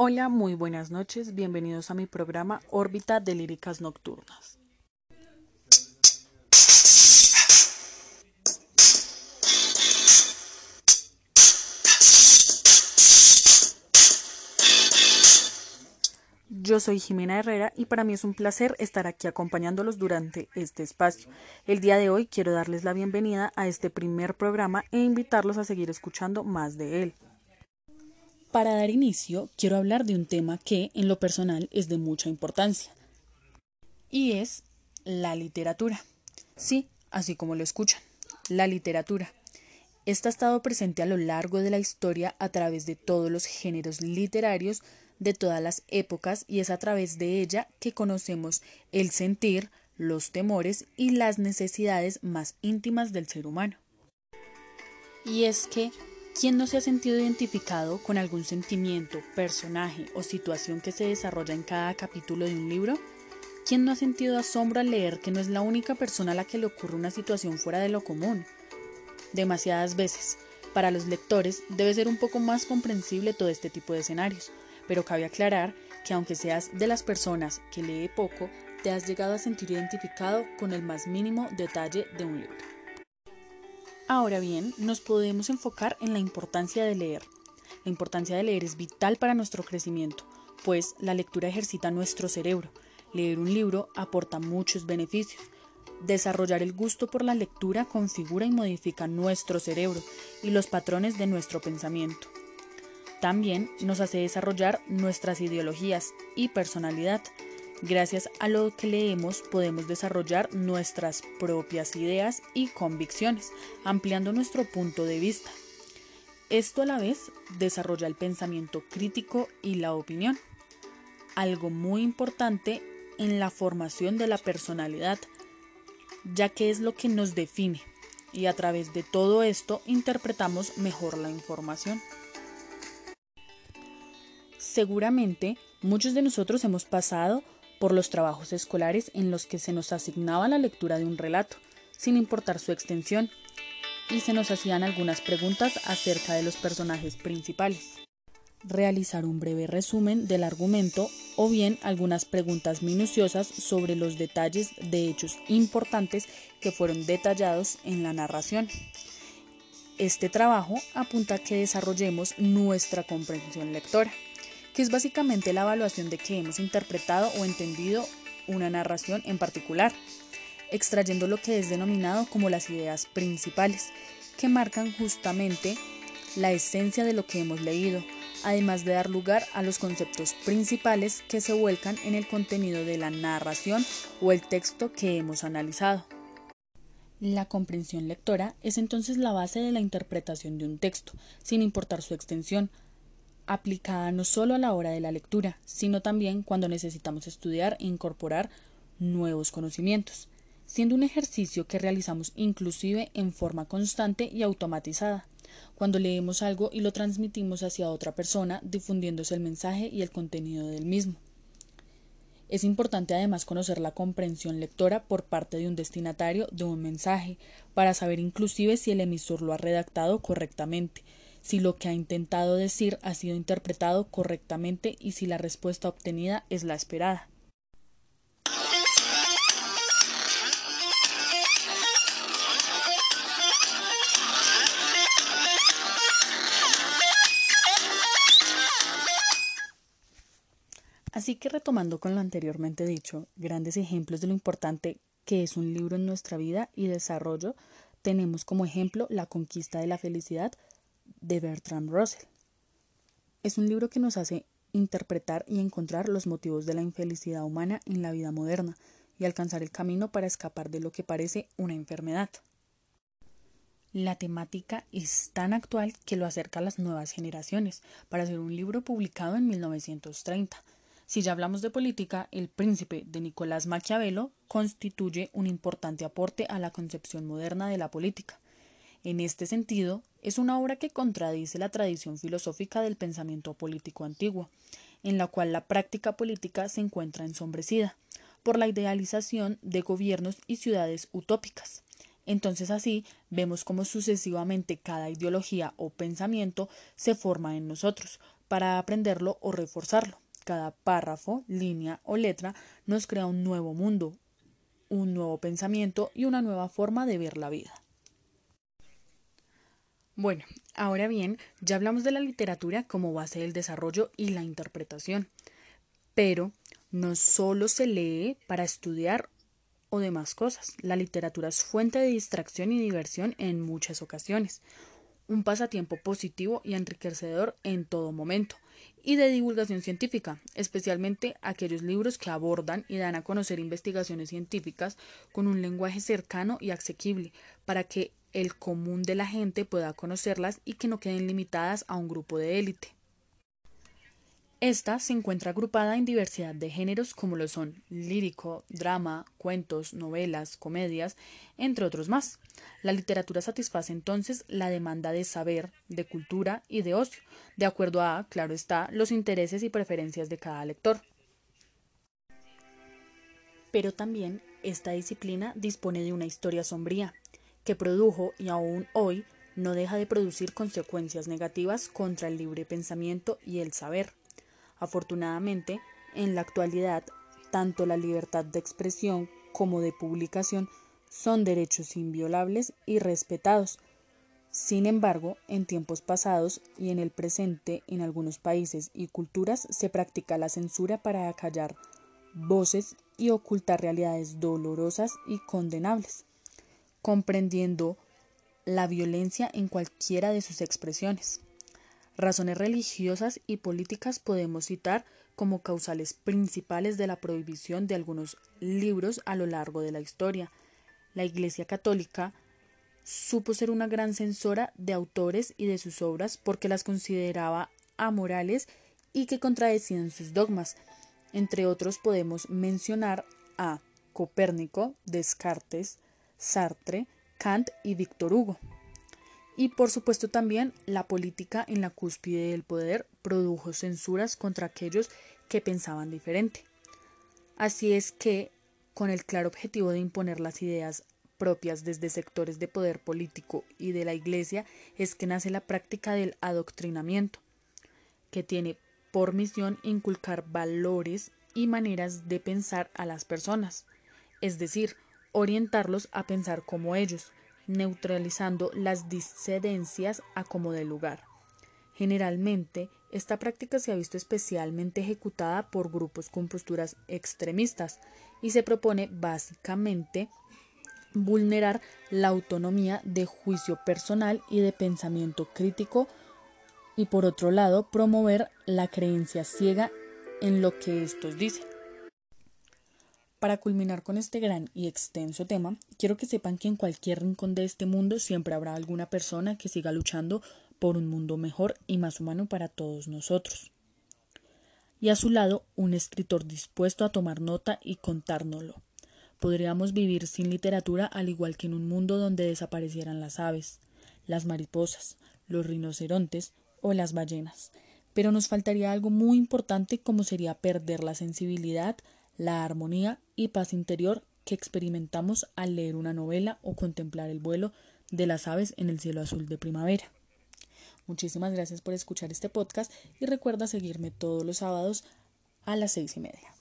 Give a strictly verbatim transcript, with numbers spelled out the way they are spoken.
Hola, muy buenas noches, bienvenidos a mi programa Órbita de Líricas Nocturnas. Yo soy Jimena Herrera y para mí es un placer estar aquí acompañándolos durante este espacio. El día de hoy quiero darles la bienvenida a este primer programa e invitarlos a seguir escuchando más de él. Para dar inicio, quiero hablar de un tema que, en lo personal, es de mucha importancia, y es la literatura. Sí, así como lo escuchan, la literatura. Esta ha estado presente a lo largo de la historia a través de todos los géneros literarios de todas las épocas y es a través de ella que conocemos el sentir, los temores y las necesidades más íntimas del ser humano. Y es que, ¿quién no se ha sentido identificado con algún sentimiento, personaje o situación que se desarrolla en cada capítulo de un libro? ¿Quién no ha sentido asombro al leer que no es la única persona a la que le ocurre una situación fuera de lo común? Demasiadas veces, para los lectores debe ser un poco más comprensible todo este tipo de escenarios, pero cabe aclarar que aunque seas de las personas que lee poco, te has llegado a sentir identificado con el más mínimo detalle de un libro. Ahora bien, nos podemos enfocar en la importancia de leer. La importancia de leer es vital para nuestro crecimiento, pues la lectura ejercita nuestro cerebro. Leer un libro aporta muchos beneficios. Desarrollar el gusto por la lectura configura y modifica nuestro cerebro y los patrones de nuestro pensamiento. También nos hace desarrollar nuestras ideologías y personalidad. Gracias a lo que leemos podemos desarrollar nuestras propias ideas y convicciones, ampliando nuestro punto de vista. Esto a la vez desarrolla el pensamiento crítico y la opinión, algo muy importante en la formación de la personalidad, ya que es lo que nos define, y a través de todo esto interpretamos mejor la información. Seguramente, muchos de nosotros hemos pasado por los trabajos escolares en los que se nos asignaba la lectura de un relato, sin importar su extensión, y se nos hacían algunas preguntas acerca de los personajes principales. Realizar un breve resumen del argumento o bien algunas preguntas minuciosas sobre los detalles de hechos importantes que fueron detallados en la narración. Este trabajo apunta a que desarrollemos nuestra comprensión lectora, que es básicamente la evaluación de que hemos interpretado o entendido una narración en particular, extrayendo lo que es denominado como las ideas principales, que marcan justamente la esencia de lo que hemos leído, además de dar lugar a los conceptos principales que se vuelcan en el contenido de la narración o el texto que hemos analizado. La comprensión lectora es entonces la base de la interpretación de un texto, sin importar su extensión, aplicada no solo a la hora de la lectura, sino también cuando necesitamos estudiar e incorporar nuevos conocimientos, siendo un ejercicio que realizamos inclusive en forma constante y automatizada, cuando leemos algo y lo transmitimos hacia otra persona, difundiéndose el mensaje y el contenido del mismo. Es importante además conocer la comprensión lectora por parte de un destinatario de un mensaje, para saber inclusive si el emisor lo ha redactado correctamente, si lo que ha intentado decir ha sido interpretado correctamente y si la respuesta obtenida es la esperada. Así que retomando con lo anteriormente dicho, grandes ejemplos de lo importante que es un libro en nuestra vida y desarrollo, tenemos como ejemplo La conquista de la felicidad de Bertrand Russell. Es un libro que nos hace interpretar y encontrar los motivos de la infelicidad humana en la vida moderna y alcanzar el camino para escapar de lo que parece una enfermedad. La temática es tan actual que lo acerca a las nuevas generaciones para ser un libro publicado en mil novecientos treinta. Si ya hablamos de política, El Príncipe de Nicolás Maquiavelo constituye un importante aporte a la concepción moderna de la política. En este sentido, es una obra que contradice la tradición filosófica del pensamiento político antiguo, en la cual la práctica política se encuentra ensombrecida por la idealización de gobiernos y ciudades utópicas. Entonces así vemos cómo sucesivamente cada ideología o pensamiento se forma en nosotros, para aprenderlo o reforzarlo. Cada párrafo, línea o letra nos crea un nuevo mundo, un nuevo pensamiento y una nueva forma de ver la vida. Bueno, ahora bien, ya hablamos de la literatura como base del desarrollo y la interpretación, pero no solo se lee para estudiar o demás cosas. La literatura es fuente de distracción y diversión en muchas ocasiones, un pasatiempo positivo y enriquecedor en todo momento, y de divulgación científica, especialmente aquellos libros que abordan y dan a conocer investigaciones científicas con un lenguaje cercano y asequible, para que el común de la gente pueda conocerlas y que no queden limitadas a un grupo de élite. Esta se encuentra agrupada en diversidad de géneros como lo son lírico, drama, cuentos, novelas, comedias, entre otros más. La literatura satisface entonces la demanda de saber, de cultura y de ocio, de acuerdo a, claro está, los intereses y preferencias de cada lector. Pero también esta disciplina dispone de una historia sombría, que produjo y aún hoy no deja de producir consecuencias negativas contra el libre pensamiento y el saber. Afortunadamente, en la actualidad, tanto la libertad de expresión como de publicación son derechos inviolables y respetados. Sin embargo, en tiempos pasados y en el presente, en algunos países y culturas se practica la censura para acallar voces y ocultar realidades dolorosas y condenables, comprendiendo la violencia en cualquiera de sus expresiones. Razones religiosas y políticas podemos citar como causales principales de la prohibición de algunos libros a lo largo de la historia. La Iglesia Católica supo ser una gran censora de autores y de sus obras porque las consideraba amorales y que contradecían sus dogmas. Entre otros podemos mencionar a Copérnico, Descartes, Sartre, Kant y Víctor Hugo. Y por supuesto también la política en la cúspide del poder produjo censuras contra aquellos que pensaban diferente. Así es que, con el claro objetivo de imponer las ideas propias desde sectores de poder político y de la Iglesia, es que nace la práctica del adoctrinamiento, que tiene por misión inculcar valores y maneras de pensar a las personas, es decir, orientarlos a pensar como ellos, neutralizando las disidencias a como de lugar. Generalmente, esta práctica se ha visto especialmente ejecutada por grupos con posturas extremistas y se propone básicamente vulnerar la autonomía de juicio personal y de pensamiento crítico y, por otro lado, promover la creencia ciega en lo que estos dicen. Para culminar con este gran y extenso tema, quiero que sepan que en cualquier rincón de este mundo siempre habrá alguna persona que siga luchando por un mundo mejor y más humano para todos nosotros. Y a su lado, un escritor dispuesto a tomar nota y contárnoslo. Podríamos vivir sin literatura al igual que en un mundo donde desaparecieran las aves, las mariposas, los rinocerontes o las ballenas. Pero nos faltaría algo muy importante como sería perder la sensibilidad, la armonía y paz interior que experimentamos al leer una novela o contemplar el vuelo de las aves en el cielo azul de primavera. Muchísimas gracias por escuchar este podcast y recuerda seguirme todos los sábados a las seis y media.